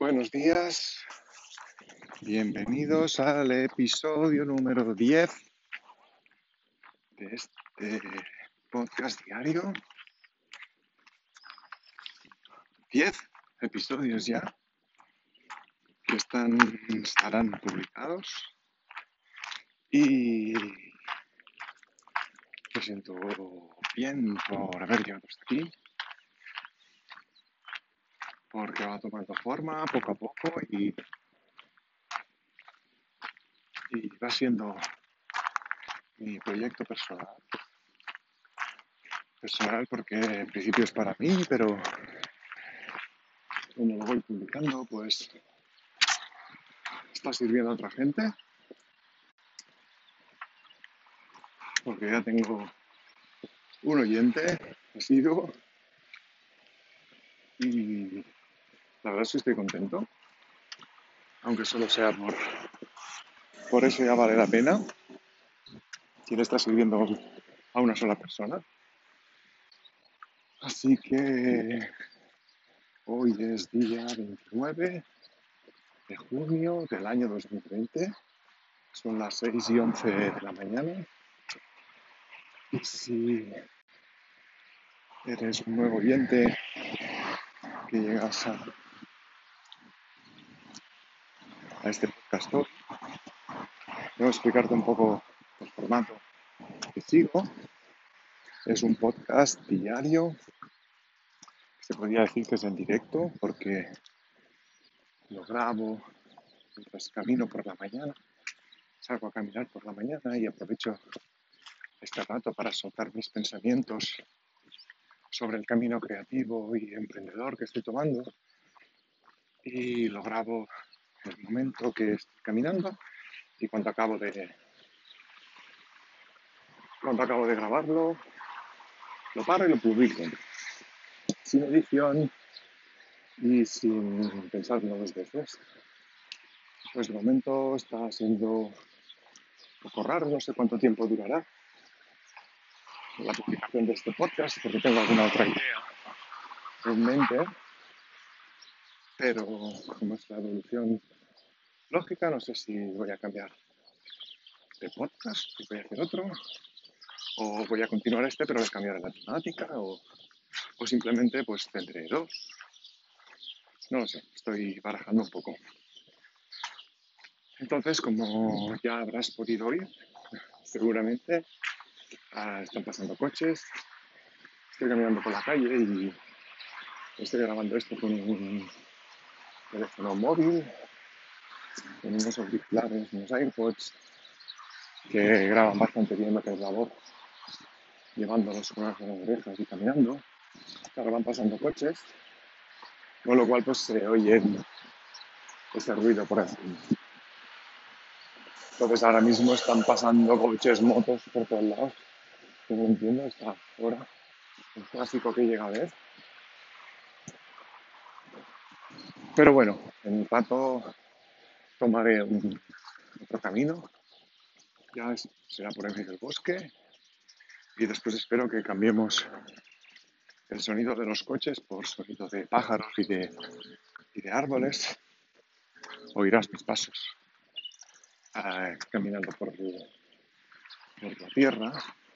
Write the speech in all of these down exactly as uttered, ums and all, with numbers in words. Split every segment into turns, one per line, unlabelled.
Buenos días, bienvenidos al episodio número diez de este podcast diario. diez episodios ya que están, estarán publicados y me siento bien por haber llegado hasta aquí, porque va tomando forma poco a poco y, y va siendo mi proyecto personal. Personal porque en principio es para mí, pero cuando lo voy publicando pues está sirviendo a otra gente, porque ya tengo un oyente asiduo y la verdad es que estoy contento, aunque solo sea por, por eso ya vale la pena. Si le está sirviendo a una sola persona. Así que hoy es día veintinueve de junio del año dos mil veinte. Son las seis y once de la mañana. Y si eres un nuevo oyente que llegas a, a este podcast hoy, voy a explicarte un poco el formato que sigo. Es un podcast diario. Se podría decir que es en directo porque lo grabo mientras camino por la mañana. Salgo a caminar por la mañana y aprovecho este rato para soltar mis pensamientos sobre el camino creativo y emprendedor que estoy tomando. Y lo grabo en el momento que estoy caminando y cuando acabo de, cuando acabo de grabarlo, lo paro y lo publico. Sin edición y sin pensarlo dos veces. Pues de momento está siendo un poco raro, no sé cuánto tiempo durará la publicación de este podcast, porque tengo alguna otra idea en mente, pero como es la evolución lógica, no sé si voy a cambiar de podcast, si voy a hacer otro, o voy a continuar este, pero voy a cambiar la temática, o, o simplemente pues tendré dos. No lo sé, estoy barajando un poco. Entonces, como ya habrás podido oír, seguramente ah, están pasando coches, estoy caminando por la calle y estoy grabando esto con un teléfono móvil, con unos auriculares, unos AirPods que graban bastante bien lo que es la voz, llevándolos con las orejas y caminando. Claro, van pasando coches, con lo cual pues se oye ese ruido por aquí. Entonces ahora mismo están pasando coches, motos por todos lados. Yo no entiendo esta hora, el tráfico que llega a ver. Pero bueno, en un rato tomaré un, otro camino. Ya es, será por el medio del bosque. Y después espero que cambiemos el sonido de los coches por sonido de pájaros y de, y de árboles. Oirás mis pasos uh, caminando por, el, por la tierra.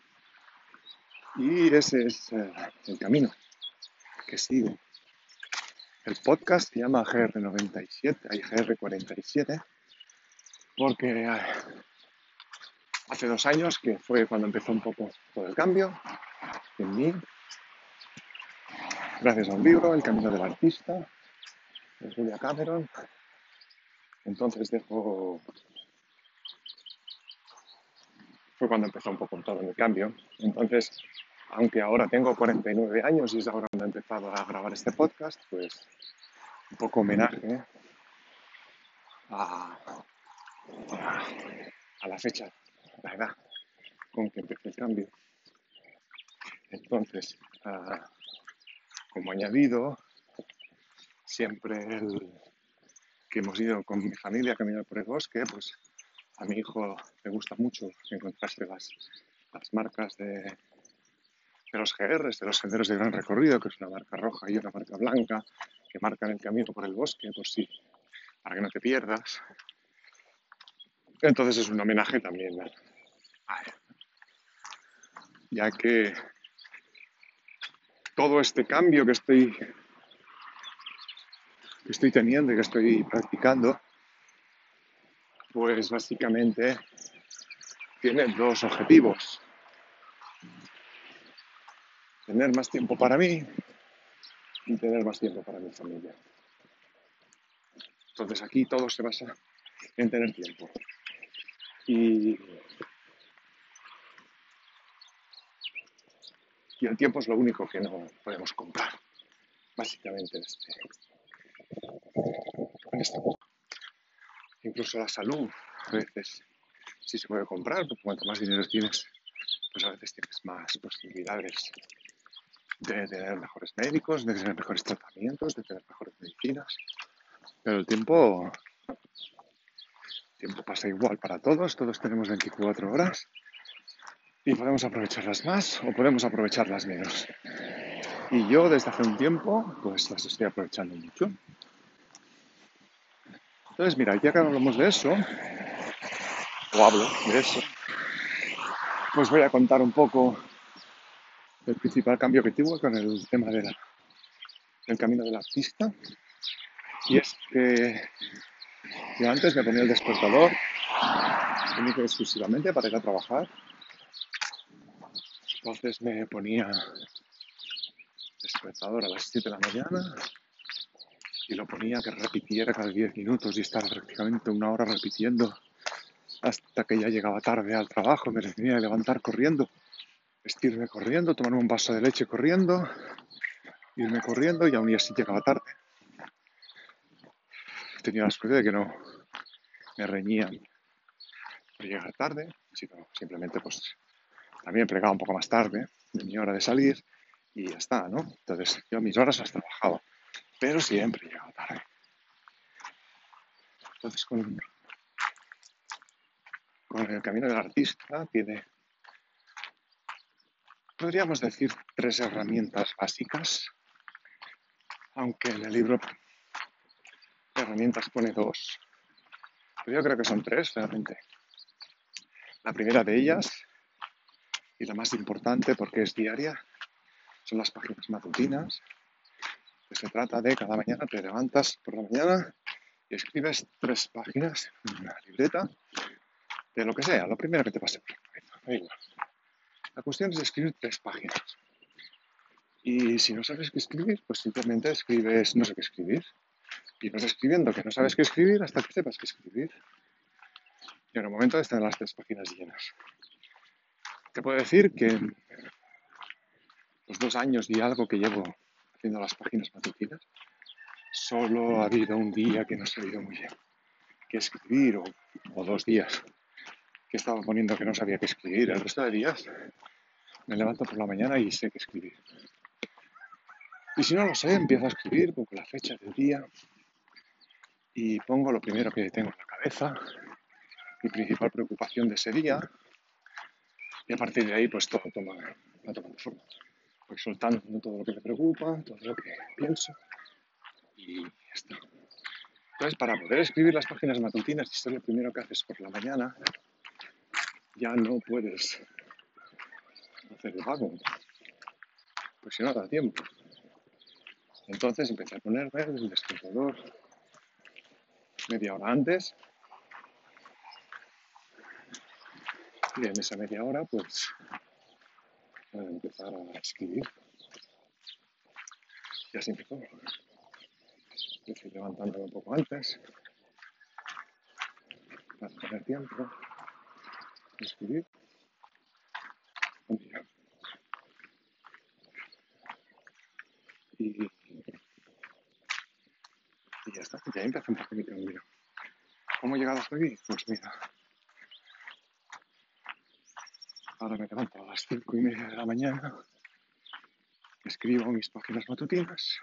Y ese es uh, el camino que sigo. El podcast se llama G R noventa y siete, hay G R cuarenta y siete, porque uh, hace dos años, que fue cuando empezó un poco todo el cambio en mí, gracias a un libro, El camino del artista, de Julia Cameron. Entonces dejo... Fue cuando empezó un poco todo el cambio. Entonces, aunque ahora tengo cuarenta y nueve años y es ahora cuando he empezado a grabar este podcast, pues un poco homenaje a, a, a la fecha, la edad con que empezó el cambio. Entonces, uh, como añadido, siempre el que hemos ido con mi familia a caminar por el bosque, pues a mi hijo le gusta mucho encontrarse las, las marcas de, de los G Rs, de los senderos de gran recorrido, que es una marca roja y una marca blanca, que marcan el camino por el bosque, por si, para que no te pierdas. Entonces es un homenaje también a él, ya que todo este cambio que estoy, que estoy teniendo y que estoy practicando, pues básicamente tiene dos objetivos. Tener más tiempo para mí y tener más tiempo para mi familia. Entonces aquí todo se basa en tener tiempo. Y, y el tiempo es lo único que no podemos comprar, básicamente en este, en este mundo. Incluso la salud, a veces, sí se puede comprar, porque cuanto más dinero tienes, pues a veces tienes más posibilidades de tener mejores médicos, de tener mejores tratamientos, de tener mejores medicinas. Pero el tiempo, el tiempo pasa igual para todos, todos tenemos veinticuatro horas y podemos aprovecharlas más o podemos aprovecharlas menos. Y yo desde hace un tiempo, pues las estoy aprovechando mucho. Entonces, mira, ya que hablamos de eso, o hablo de eso, pues voy a contar un poco el principal cambio que tuve con el tema de la, del camino del artista. Y es que yo antes me ponía el despertador único y exclusivamente para ir a trabajar. Entonces me ponía despertador a las siete de la mañana y lo ponía que repitiera cada diez minutos y estaba prácticamente una hora repitiendo hasta que ya llegaba tarde al trabajo. Me tenía que levantar corriendo, vestirme corriendo, tomarme un vaso de leche corriendo, irme corriendo y aún así llegaba tarde. Tenía la suerte de que no me reñían por llegar tarde, sino simplemente pues también plegaba un poco más tarde de mi hora de salir y ya está, ¿no? Entonces yo mis horas las trabajaba, pero siempre llegaba tarde. Entonces con, con el camino del artista tiene, podríamos decir, tres herramientas básicas, aunque en el libro de herramientas pone dos, pero yo creo que son tres realmente. La primera de ellas, y la más importante porque es diaria, son las páginas matutinas, que se trata de cada mañana te levantas por la mañana y escribes tres páginas en una libreta de lo que sea, lo primero que te pase por la cabeza, da igual. La cuestión es escribir tres páginas. Y si no sabes qué escribir, pues simplemente escribes no sé qué escribir. Y vas escribiendo que no sabes qué escribir hasta que sepas qué escribir. Y en un momento están las tres páginas llenas. Te puedo decir que en los dos años y algo que llevo haciendo las páginas matutinas, solo ha habido un día que no he sabido muy bien qué escribir, o, o dos días que estaba poniendo que no sabía qué escribir. El resto de días me levanto por la mañana y sé qué escribir. Y si no lo sé, empiezo a escribir, pongo la fecha del día y pongo lo primero que tengo en la cabeza, mi principal preocupación de ese día, y a partir de ahí pues todo toma, va tomando forma. Voy soltando todo lo que me preocupa, todo lo que pienso y ya está. Entonces, para poder escribir las páginas matutinas, si esto es lo primero que haces por la mañana, ya no puedes hacer el vago, pues si no da tiempo. Entonces empecé a ponerme el despertador media hora antes y en esa media hora pues a empezar a escribir. Y así empezó. Estoy levantándome un poco antes para tener tiempo de escribir. Y, y ya está, ya empecé un poco mi cambio. ¿Cómo he llegado hasta aquí? Pues mira, ahora me levanto a las cinco y media de la mañana, escribo mis páginas matutinas,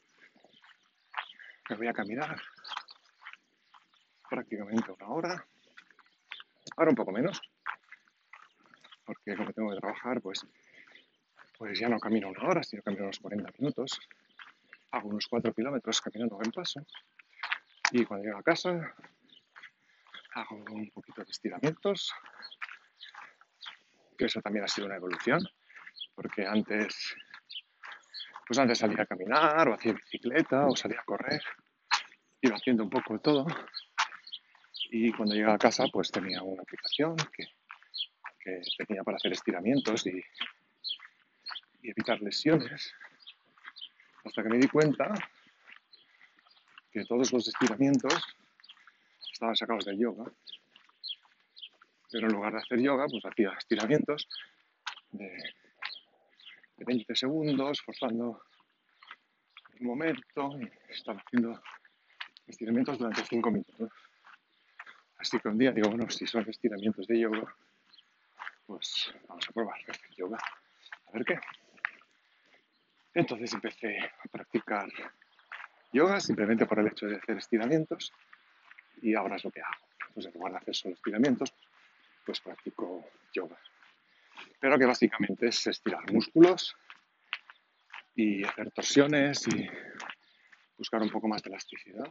me voy a caminar prácticamente una hora, ahora un poco menos, porque como tengo que trabajar, pues, pues ya no camino una hora, sino camino unos cuarenta minutos. hago unos cuatro kilómetros caminando a buen paso y cuando llego a casa hago un poquito de estiramientos, que eso también ha sido una evolución, porque antes, pues antes salía a caminar o hacía bicicleta o salía a correr, iba haciendo un poco de todo y cuando llegaba a casa pues tenía una aplicación que, que tenía para hacer estiramientos y, y evitar lesiones, hasta que me di cuenta que todos los estiramientos estaban sacados del yoga, pero en lugar de hacer yoga pues hacía estiramientos de, de veinte segundos, forzando un momento, y estaba haciendo estiramientos durante cinco minutos. Así que un día digo, bueno, si son estiramientos de yoga, pues vamos a probar a hacer yoga, a ver qué. Entonces empecé a practicar yoga simplemente por el hecho de hacer estiramientos y ahora es lo que hago. Pues en lugar de hacer solo estiramientos, pues practico yoga. Pero que básicamente es estirar músculos y hacer torsiones y buscar un poco más de elasticidad.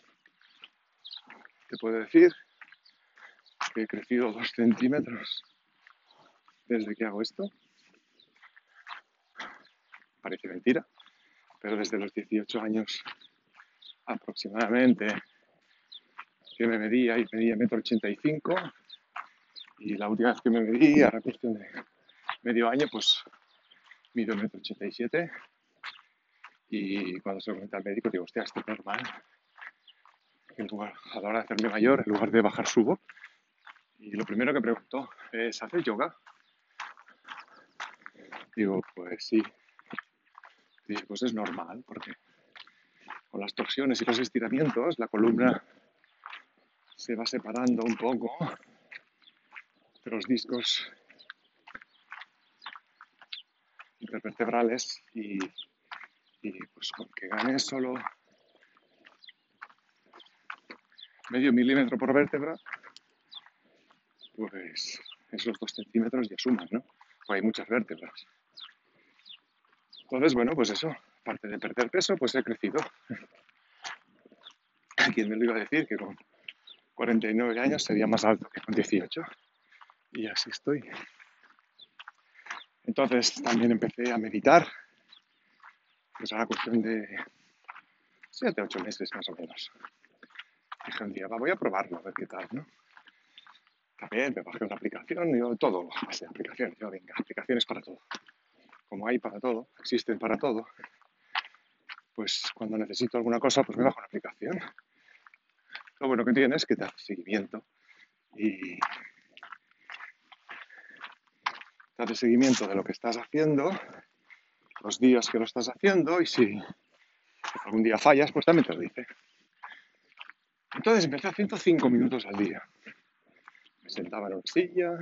Te puedo decir que he crecido dos centímetros desde que hago esto. Parece mentira, pero desde los dieciocho años aproximadamente que me medía y medía metro ochenta y cinco y la última vez que me medí, a la cuestión de medio año, pues mido metro ochenta y siete y cuando se lo comenté al médico digo, hostia, esto es normal. En lugar, a la hora de hacerme mayor, en lugar de bajar subo. Y lo primero que preguntó es, ¿haces yoga? Digo, pues sí. Y dice, pues es normal, porque con las torsiones y los estiramientos la columna se va separando un poco de los discos intervertebrales y, y pues con que ganes solo medio milímetro por vértebra, pues esos dos centímetros ya suman, ¿no? Pues hay muchas vértebras. Entonces, bueno, pues eso, aparte de perder peso, pues he crecido. ¿Quién me lo iba a decir? Que con cuarenta y nueve años sería más alto que con dieciocho. Y así estoy. Entonces también empecé a meditar, pues a la cuestión de siete, ocho meses más o menos. Dije un día, va, voy a probarlo, a ver qué tal, ¿no? También me bajé una aplicación, y yo todo a base de aplicaciones. Yo, venga, aplicaciones para todo. Como hay para todo, existen para todo, pues cuando necesito alguna cosa, pues me bajo una aplicación. Lo bueno que tiene es que te hace seguimiento y te hace seguimiento de lo que estás haciendo, los días que lo estás haciendo y si algún día fallas, pues también te lo dice. Entonces empecé haciendo cinco minutos al día. Me sentaba en una silla,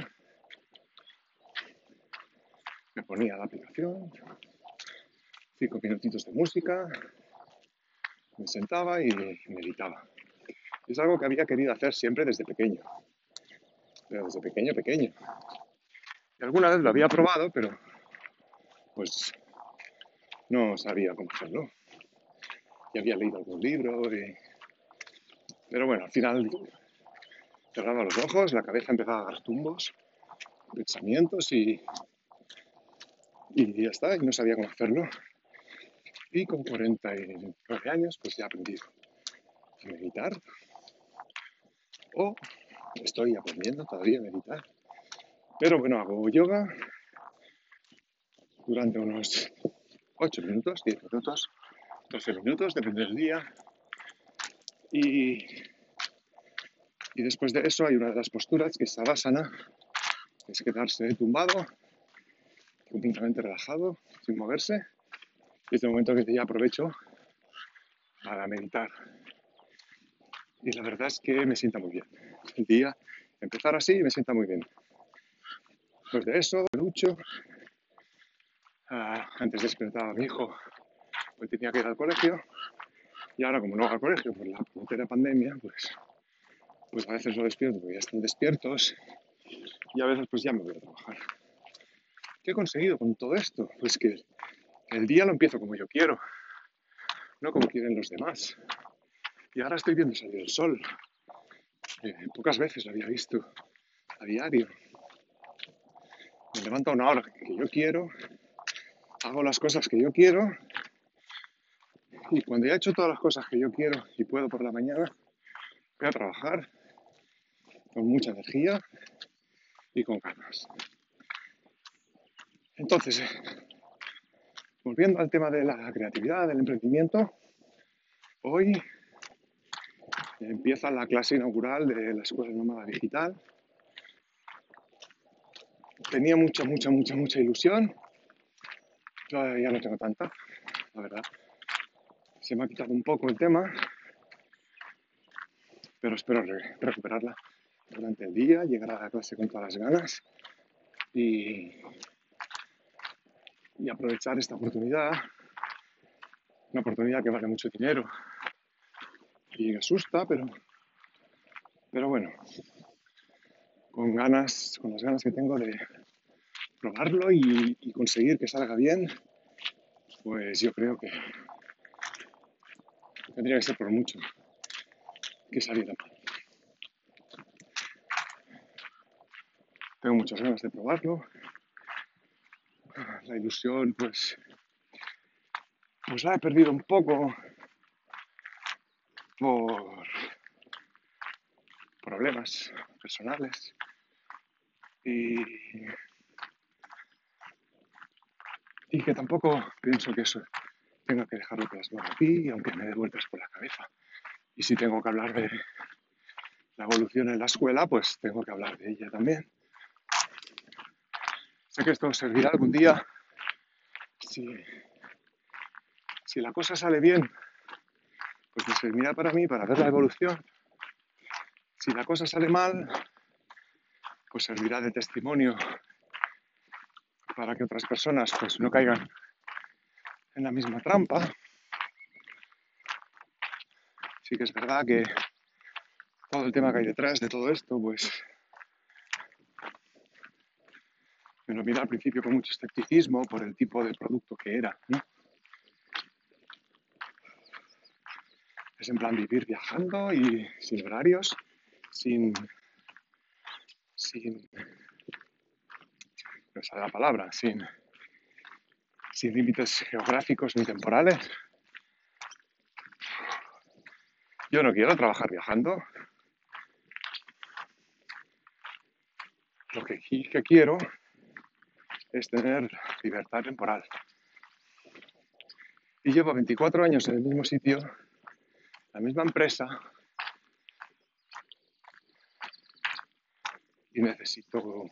me ponía la aplicación, cinco minutitos de música, me sentaba y meditaba. Es algo que había querido hacer siempre desde pequeño, pero desde pequeño, pequeño. Y alguna vez lo había probado, pero pues no sabía cómo hacerlo. Y había leído algún libro, y... pero bueno, al final cerraba los ojos, la cabeza empezaba a dar tumbos, pensamientos y, y ya está, y no sabía cómo hacerlo. Y con cuarenta y nueve años pues ya he aprendido a meditar, o estoy aprendiendo todavía a meditar. Pero bueno, hago yoga durante unos ocho minutos, diez minutos, doce minutos, depende del día. Y, y después de eso hay una de las posturas que es Savasana, que es quedarse tumbado, completamente relajado, sin moverse. Y es el momento que ya aprovecho para meditar. Y la verdad es que me sienta muy bien. El día, empezar así, me sienta muy bien. Después de eso, me ducho. Uh, antes despertaba a mi hijo, pues tenía que ir al colegio. Y ahora, como no va al colegio por la puñetera pandemia, pues, pues a veces lo despierto porque ya están despiertos. Y a veces pues ya me voy a trabajar. ¿Qué he conseguido con todo esto? Pues que el día lo empiezo como yo quiero. no como quieren los demás. Y ahora estoy viendo salir el sol. Eh, pocas veces lo había visto a diario. Me levanto a una hora que yo quiero, hago las cosas que yo quiero y cuando ya he hecho todas las cosas que yo quiero y puedo por la mañana, voy a trabajar con mucha energía y con ganas. Entonces, eh, volviendo al tema de la creatividad, del emprendimiento, hoy empieza la clase inaugural de la Escuela Nómada Digital. Tenía mucha, mucha, mucha, mucha ilusión. Yo ya no tengo tanta, la verdad. Se me ha quitado un poco el tema, pero espero re- recuperarla durante el día, llegar a la clase con todas las ganas y, y aprovechar esta oportunidad, una oportunidad que vale mucho dinero y me asusta, pero, pero bueno, con ganas, con las ganas que tengo de probarlo y, y conseguir que salga bien, pues yo creo que tendría que ser por mucho que saliera mal. Tengo muchas ganas de probarlo. La ilusión, pues, pues la he perdido un poco por problemas personales y, y que tampoco pienso que eso tenga que dejarlo plasmado aquí, aunque me dé vueltas por la cabeza. Y si tengo que hablar de la evolución en la escuela, pues tengo que hablar de ella también. Sé que esto servirá algún día. Si, si la cosa sale bien, pues me servirá para mí, para ver la evolución. Si la cosa sale mal, pues servirá de testimonio para que otras personas pues no caigan en la misma trampa. Sí que es verdad que todo el tema que hay detrás de todo esto, pues me lo miré al principio con mucho escepticismo por el tipo de producto que era, ¿no? Es en plan vivir viajando y sin horarios, sin, sin, no sé la palabra, sin, sin límites geográficos ni temporales. Yo no quiero trabajar viajando. Lo que, que quiero es tener libertad temporal. Y llevo veinticuatro años en el mismo sitio, la misma empresa, y necesito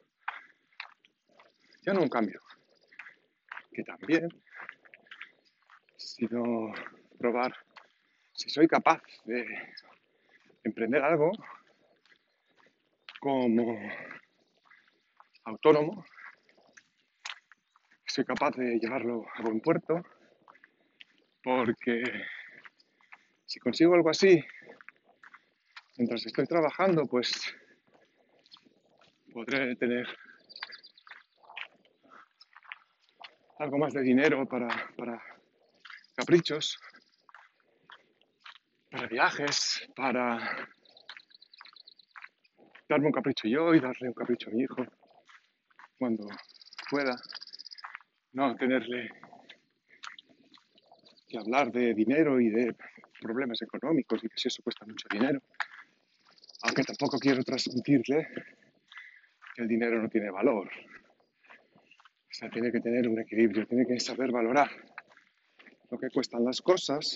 ya no un cambio, que también, sino probar si soy capaz de emprender algo como autónomo, soy capaz de llevarlo a buen puerto, porque si consigo algo así, mientras estoy trabajando, pues podré tener algo más de dinero para, para caprichos, para viajes, para darme un capricho yo y darle un capricho a mi hijo cuando pueda. No tenerle que hablar de dinero y de problemas económicos y que si eso cuesta mucho dinero. Aunque tampoco quiero transmitirle que el dinero no tiene valor. O sea, tiene que tener un equilibrio, tiene que saber valorar lo que cuestan las cosas,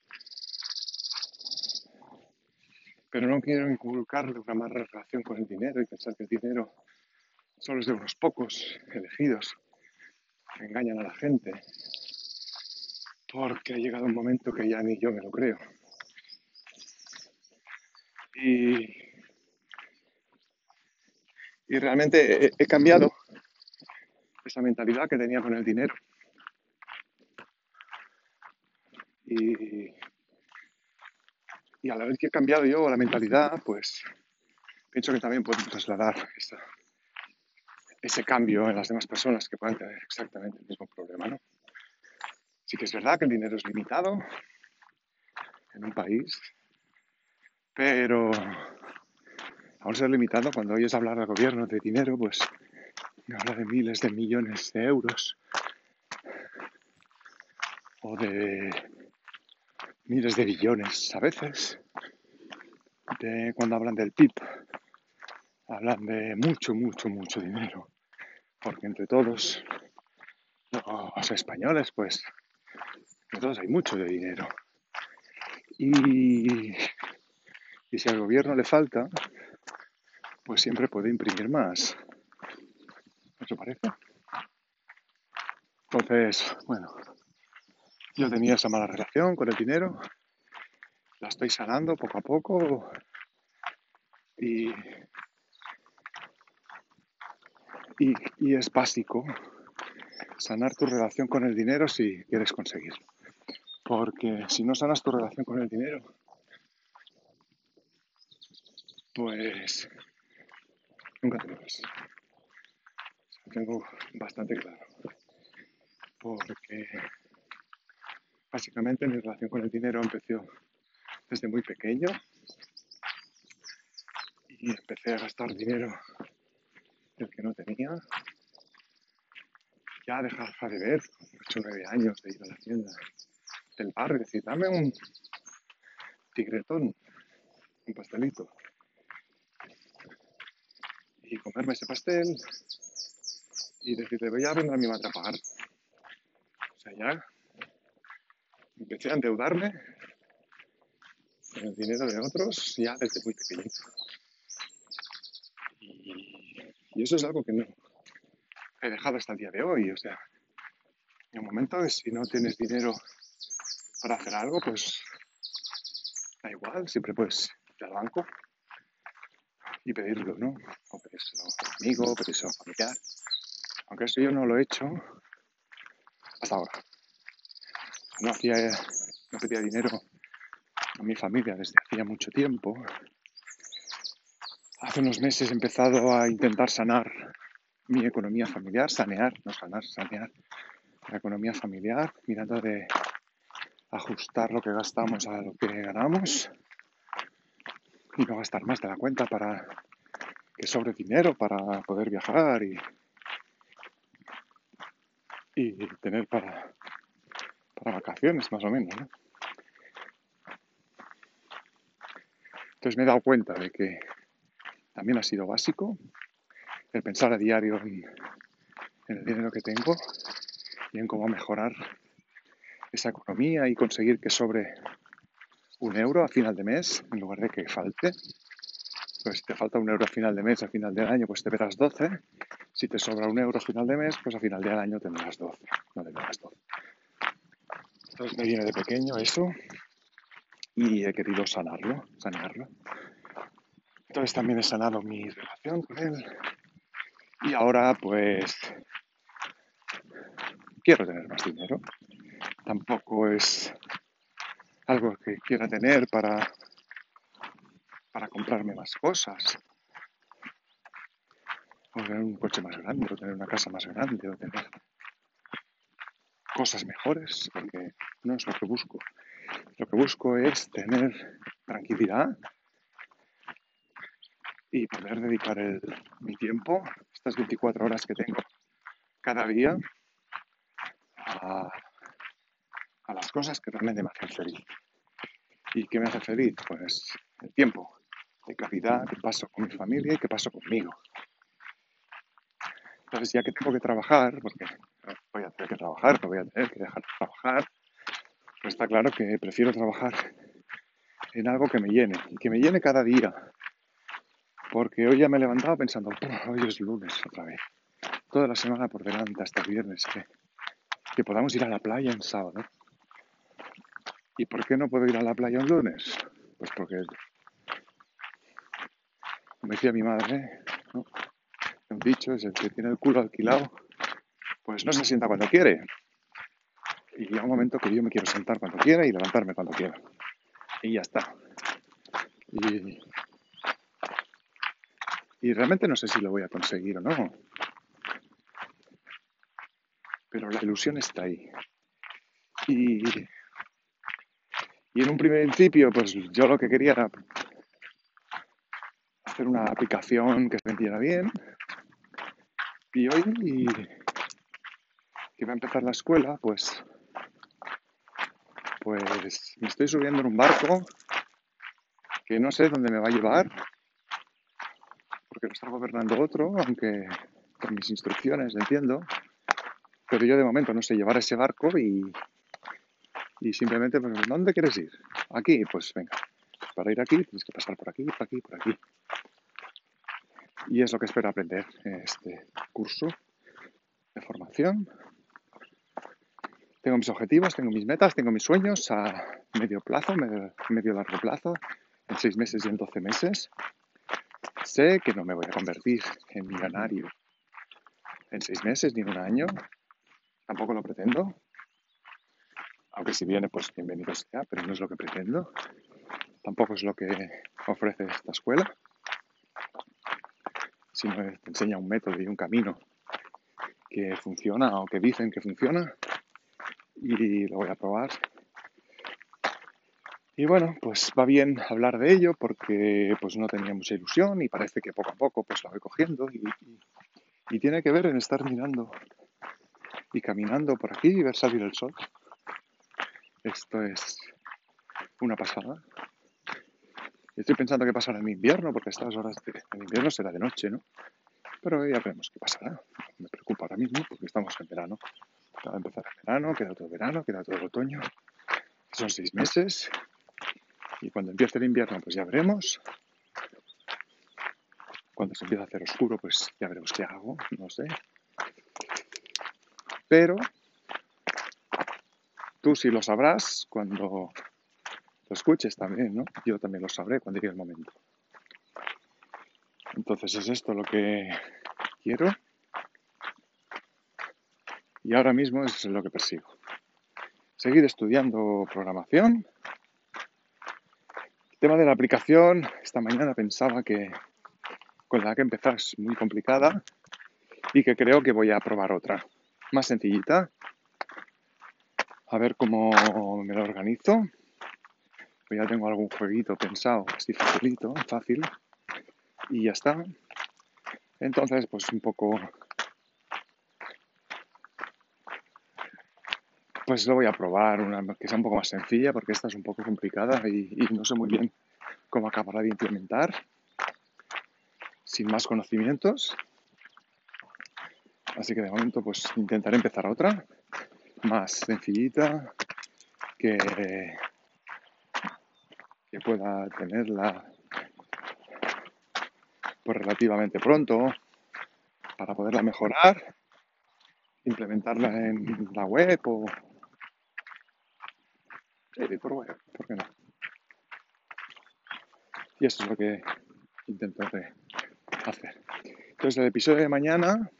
pero no quiero inculcarle una mala relación con el dinero y pensar que el dinero solo es de unos pocos elegidos que engañan a la gente, porque ha llegado un momento que ya ni yo me lo creo. Y, y realmente he, he cambiado esa mentalidad que tenía con el dinero. Y, y a la vez que he cambiado yo la mentalidad, pues pienso que también puedo trasladar esa, ese cambio en las demás personas que puedan tener exactamente el mismo problema, ¿no? Sí que es verdad que el dinero es limitado, en un país, pero aún ser limitado, cuando oyes hablar al gobierno de dinero, pues habla de miles de millones de euros o de miles de billones a veces. De cuando hablan del P I B, hablan de mucho, mucho, mucho dinero, porque entre todos los españoles, pues, entre todos hay mucho de dinero. Y, y si al gobierno le falta, pues siempre puede imprimir más. ¿No te parece? Entonces, bueno, yo tenía esa mala relación con el dinero, la estoy sanando poco a poco y, y, y es básico sanar tu relación con el dinero si quieres conseguirlo. Porque si no sanas tu relación con el dinero, pues nunca te lo ves. Lo tengo bastante claro. Porque básicamente mi relación con el dinero empezó desde muy pequeño y empecé a gastar dinero del que no tenía. Ya dejar de ver, con ocho o nueve años, de ir a la tienda del barrio y decir, dame un tigretón, un pastelito. Y comerme ese pastel y decirle, voy a vendrá mi madre a pagar. O sea, ya empecé a endeudarme con el dinero de otros ya desde muy pequeñito. Y, y eso es algo que no he dejado hasta el día de hoy. O sea, en un momento que si no tienes dinero para hacer algo, pues da igual, siempre puedes ir al banco y pedirlo, ¿no? O pedírselo a un amigo, pedírselo a un familiar. Aunque eso yo no lo he hecho hasta ahora. No hacía, no pedía dinero a mi familia desde hacía mucho tiempo. Hace unos meses he empezado a intentar sanar mi economía familiar, sanear, no sanar, sanear la economía familiar, mirando de ajustar lo que gastamos a lo que ganamos y no gastar más de la cuenta para que sobre dinero para poder viajar y, y tener para, para vacaciones más o menos, ¿no? Entonces me he dado cuenta de que también ha sido básico el pensar a diario en, en el dinero que tengo y en cómo mejorar esa economía y conseguir que sobre un euro a final de mes en lugar de que falte. Pues si te falta un euro a final de mes, a final del año, pues te verás doce. Si te sobra un euro a final de mes, pues a final del año tendrás doce. No tendrás doce. Entonces me viene de pequeño eso y he querido sanarlo, sanearlo. Entonces también he sanado mi relación con él. Y ahora pues quiero tener más dinero. Tampoco es algo que quiera tener para, para comprarme más cosas. O tener un coche más grande, o tener una casa más grande, o tener cosas mejores, porque no es lo que busco. Lo que busco es tener tranquilidad y poder dedicar el, mi tiempo, estas veinticuatro horas que tengo cada día, a, a las cosas que realmente me hacen feliz. ¿Y qué me hace feliz? Pues el tiempo de calidad que paso con mi familia y que paso conmigo. Entonces, ya que tengo que trabajar, porque voy a tener que trabajar, no voy a tener que dejar de trabajar, pues está claro que prefiero trabajar en algo que me llene, y que me llene cada día. Porque hoy ya me he levantado pensando, hoy es lunes otra vez. Toda la semana por delante hasta el viernes, que, que podamos ir a la playa en sábado. ¿Y por qué no puedo ir a la playa un lunes? Pues porque, como decía mi madre, ¿no? Un dicho es el que tiene el culo alquilado, pues no se sienta cuando quiere. Y llega un momento que yo me quiero sentar cuando quiera y levantarme cuando quiera. Y ya está. Y, y realmente no sé si lo voy a conseguir o no. Pero la ilusión está ahí. Y, Y en un principio, pues yo lo que quería era hacer una aplicación que se vendiera bien. Y hoy que va a empezar la escuela, pues, pues me estoy subiendo en un barco que no sé dónde me va a llevar, porque lo está gobernando otro, aunque con mis instrucciones, entiendo. Pero yo de momento no sé llevar ese barco y, y simplemente, pues, ¿dónde quieres ir? Aquí, pues venga. Para ir aquí tienes que pasar por aquí, por aquí, por aquí. Y es lo que espero aprender en este curso de formación. Tengo mis objetivos, tengo mis metas, tengo mis sueños a medio plazo, medio, medio largo plazo, en seis meses y en doce meses. Sé que no me voy a convertir en millonario en seis meses ni en un año. Tampoco lo pretendo. Aunque si viene, pues bienvenido sea, pero no es lo que pretendo. Tampoco es lo que ofrece esta escuela. Sino que te enseña un método y un camino que funciona o que dicen que funciona. Y lo voy a probar. Y bueno, pues va bien hablar de ello porque pues no tenía mucha ilusión y parece que poco a poco pues la voy cogiendo y, y, y tiene que ver en estar mirando y caminando por aquí y ver salir el sol. Esto es una pasada. Estoy pensando qué pasará en invierno porque a estas horas de, en invierno será de noche, ¿no? Pero ya veremos qué pasará. Me preocupa ahora mismo porque estamos en verano. Acaba de empezar el verano, queda todo el verano, queda todo el otoño. Son seis meses y cuando empiece el invierno pues ya veremos. Cuando se empiece a hacer oscuro pues ya veremos qué hago, no sé. Pero tú sí lo sabrás cuando lo escuches también, ¿no? Yo también lo sabré cuando llegue el momento. Entonces es esto lo que quiero y ahora mismo es lo que persigo. Seguir estudiando programación. El tema de la aplicación, esta mañana pensaba que con la que empezar es muy complicada y que creo que voy a probar otra, más sencillita, a ver cómo me lo organizo. Pues ya tengo algún jueguito pensado, así facilito, fácil, y ya está. Entonces, pues un poco, pues lo voy a probar, una que sea un poco más sencilla, porque esta es un poco complicada y, y no sé muy bien cómo acabará de implementar, sin más conocimientos. Así que de momento, pues intentaré empezar otra, más sencillita, que, que pueda tenerla pues relativamente pronto para poderla mejorar, implementarla en la web o sí, por web, ¿por qué no? Y eso es lo que intentaré hacer. Entonces el episodio de mañana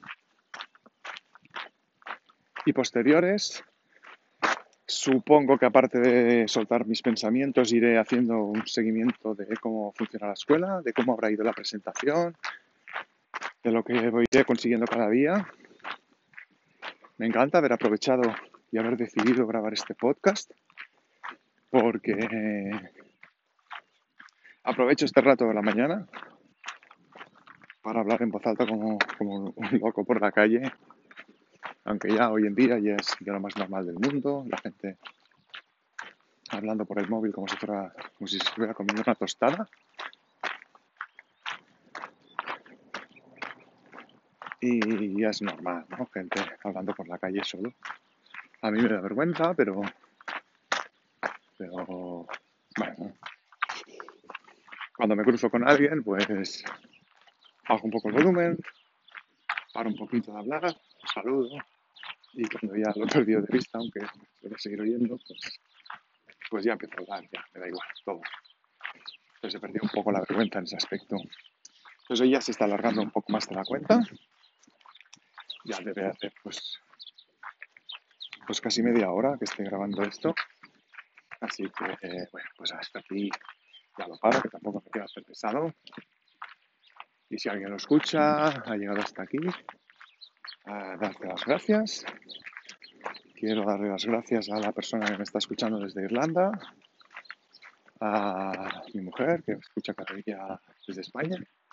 y posteriores, supongo que aparte de soltar mis pensamientos iré haciendo un seguimiento de cómo funciona la escuela, de cómo habrá ido la presentación, de lo que iré consiguiendo cada día. Me encanta haber aprovechado y haber decidido grabar este podcast porque eh, aprovecho este rato de la mañana para hablar en voz alta como, como un loco por la calle, aunque ya hoy en día ya es de lo más normal del mundo, la gente hablando por el móvil como si fuera, como si se estuviera comiendo una tostada. Y ya es normal, ¿no? Gente hablando por la calle solo. A mí me da vergüenza, pero, pero bueno, cuando me cruzo con alguien, pues bajo un poco el volumen, paro un poquito de hablar, saludo, y cuando ya lo he perdido de vista, aunque lo voy a seguir oyendo, pues, pues ya empiezo a hablar, ya me da igual, todo. Entonces he perdido un poco la vergüenza en ese aspecto. Entonces hoy ya se está alargando un poco más de la cuenta. Ya debe hacer pues, pues casi media hora que estoy grabando esto. Así que, eh, bueno, pues hasta aquí ya lo paro, que tampoco me quiero hacer pesado. Y si alguien lo escucha, ha llegado hasta aquí, a darte las gracias. Quiero darle las gracias a la persona que me está escuchando desde Irlanda, a mi mujer, que me escucha cada día desde España.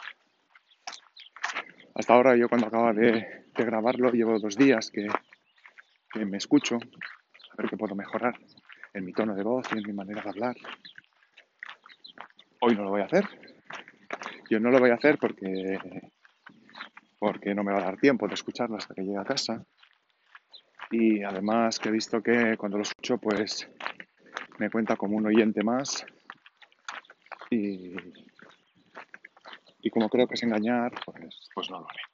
Hasta ahora yo cuando acaba de, de grabarlo llevo dos días que, que me escucho, a ver qué puedo mejorar en mi tono de voz y en mi manera de hablar. Hoy no lo voy a hacer. Yo no lo voy a hacer porque, porque no me va a dar tiempo de escucharlo hasta que llegue a casa. Y además que he visto que cuando lo escucho pues me cuenta como un oyente más y, y como creo que es engañar, pues, pues no lo haré.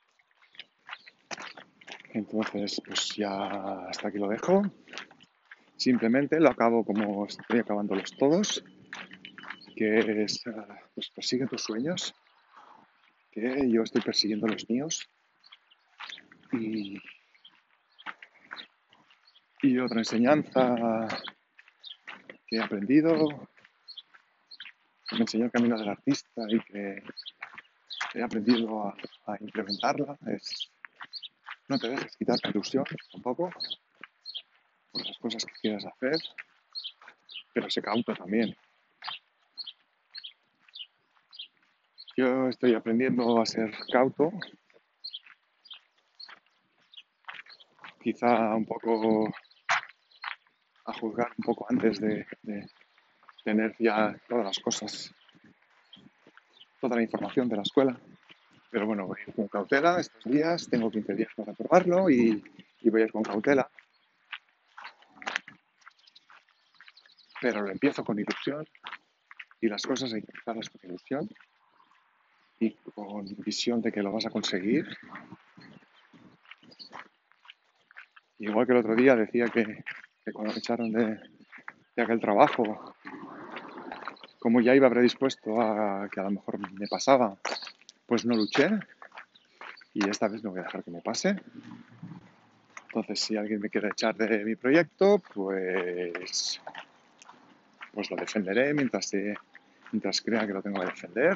Entonces pues ya hasta aquí lo dejo. Simplemente lo acabo como estoy acabándolos todos, que es uh, pues persigue tus sueños, que yo estoy persiguiendo los míos. Y, y otra enseñanza que he aprendido, que me enseñó el camino del artista y que he aprendido a, a implementarla, es no te dejes quitar la ilusión tampoco por las cosas que quieras hacer, pero sé cauto también. Yo estoy aprendiendo a ser cauto, quizá un poco a juzgar un poco antes de, de tener ya todas las cosas, toda la información de la escuela. Pero bueno, voy a ir con cautela estos días, tengo quince días para probarlo y, y voy a ir con cautela. Pero lo empiezo con ilusión y las cosas hay que empezarlas con ilusión y con visión de que lo vas a conseguir. Igual que el otro día decía que, que cuando me echaron de, de aquel trabajo, como ya iba predispuesto a que a lo mejor me pasaba, pues no luché y esta vez no voy a dejar que me pase. Entonces, si alguien me quiere echar de mi proyecto, pues, pues lo defenderé mientras, se, mientras crea que lo tengo que defender.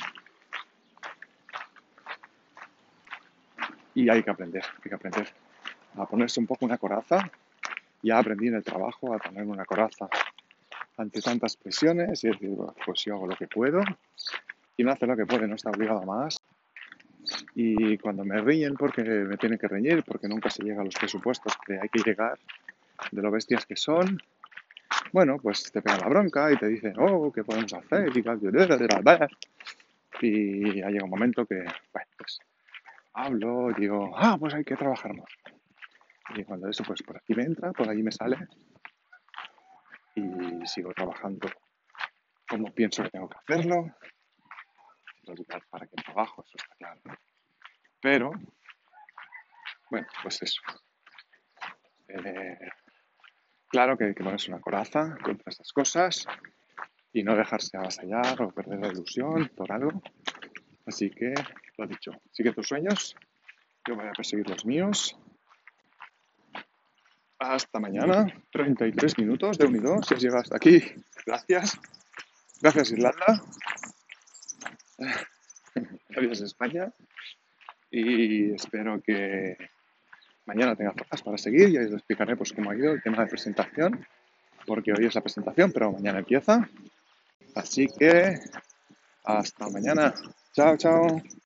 Y hay que aprender, hay que aprender a ponerse un poco una coraza. Ya aprendí en el trabajo a ponerme una coraza ante tantas presiones y decir, bueno, pues yo hago lo que puedo y no hace lo que puede, no está obligado a más. Y cuando me riñen porque me tienen que reñir, porque nunca se llega a los presupuestos que hay que llegar, de lo bestias que son, bueno, pues te pegan la bronca y te dicen, oh, ¿qué podemos hacer? Y tal, y ya llega un momento que, bueno, pues hablo, digo, ah, pues hay que trabajar más. Y cuando eso, pues por aquí me entra, por allí me sale y sigo trabajando como pienso que tengo que hacerlo. Para que trabajo, eso está claro. Pero, bueno, pues eso. Eh, claro que hay que ponerse una coraza contra estas cosas y no dejarse avasallar o perder la ilusión por algo. Así que, lo dicho, sigue tus sueños, yo voy a perseguir los míos. Hasta mañana, treinta y tres minutos de unido, si has llegado hasta aquí. Gracias. Gracias, Irlanda. Gracias, España. Y espero que mañana tenga fuerzas para seguir y os explicaré pues, cómo ha ido el tema de presentación, porque hoy es la presentación, pero mañana empieza. Así que hasta mañana. Chao, chao.